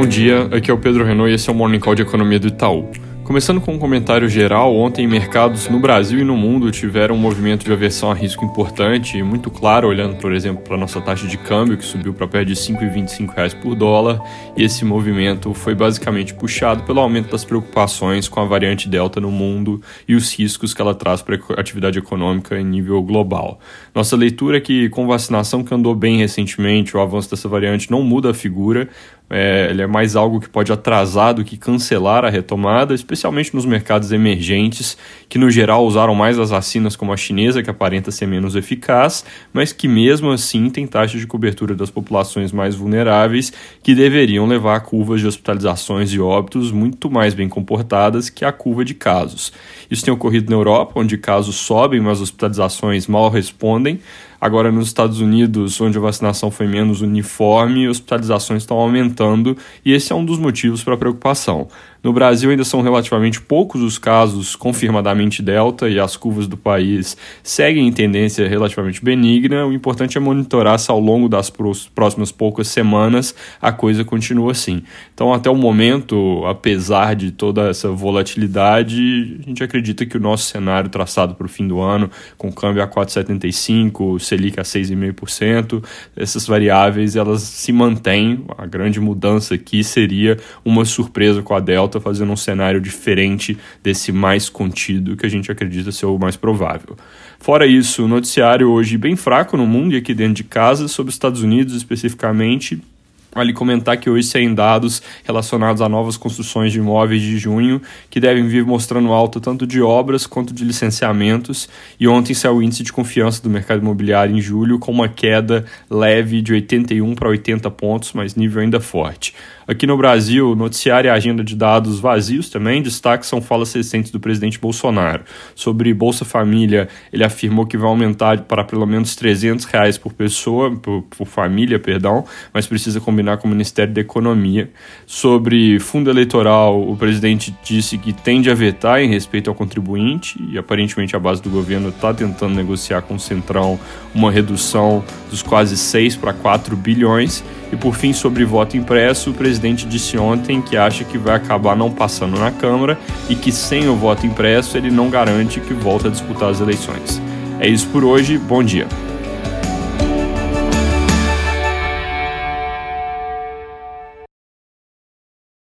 Bom dia, aqui é o Pedro Renault e esse é o Morning Call de Economia do Itaú. Começando com um comentário geral, ontem mercados no Brasil e no mundo tiveram um movimento de aversão a risco importante e muito claro, olhando, por exemplo, para a nossa taxa de câmbio, que subiu para perto de R$ 5,25 por dólar, e esse movimento foi basicamente puxado pelo aumento das preocupações com a variante Delta no mundo e os riscos que ela traz para a atividade econômica em nível global. Nossa leitura é que, com vacinação que andou bem recentemente, o avanço dessa variante não muda a figura. Ele é mais algo que pode atrasar do que cancelar a retomada, especialmente nos mercados emergentes, que no geral usaram mais as vacinas como a chinesa, que aparenta ser menos eficaz, mas que mesmo assim tem taxas de cobertura das populações mais vulneráveis que deveriam levar a curvas de hospitalizações e óbitos muito mais bem comportadas que a curva de casos. Isso tem ocorrido na Europa, onde casos sobem, mas hospitalizações mal respondem. Agora, nos Estados Unidos, onde a vacinação foi menos uniforme, hospitalizações estão aumentando e esse é um dos motivos para a preocupação. No Brasil, ainda são relativamente poucos os casos confirmadamente Delta e as curvas do país seguem em tendência relativamente benigna. O importante é monitorar se ao longo das próximas poucas semanas a coisa continua assim. Então, até o momento, apesar de toda essa volatilidade, a gente acredita que o nosso cenário traçado para o fim do ano, com câmbio a 4,75%, Selic a 6,5%, essas variáveis elas se mantêm. A grande mudança aqui seria uma surpresa com a Delta, fazendo um cenário diferente desse mais contido que a gente acredita ser o mais provável. Fora isso, o noticiário hoje bem fraco no mundo e aqui dentro de casa, sobre os Estados Unidos especificamente. Vale comentar que hoje saem dados relacionados a novas construções de imóveis de junho, que devem vir mostrando alta tanto de obras quanto de licenciamentos, e ontem saiu o índice de confiança do mercado imobiliário em julho com uma queda leve de 81 para 80 pontos, mas nível ainda forte. Aqui no Brasil, noticiário e agenda de dados vazios também, destaque são falas recentes do presidente Bolsonaro. Sobre Bolsa Família, ele afirmou que vai aumentar para pelo menos R$300 por pessoa, por família, mas precisa combinar com o Ministério da Economia. Sobre fundo eleitoral, o presidente disse que tende a vetar em respeito ao contribuinte e aparentemente a base do governo está tentando negociar com o Centrão uma redução dos quase 6 para 4 bilhões. E por fim, sobre voto impresso, o presidente disse ontem que acha que vai acabar não passando na Câmara e que sem o voto impresso ele não garante que volte a disputar as eleições. É isso por hoje, bom dia.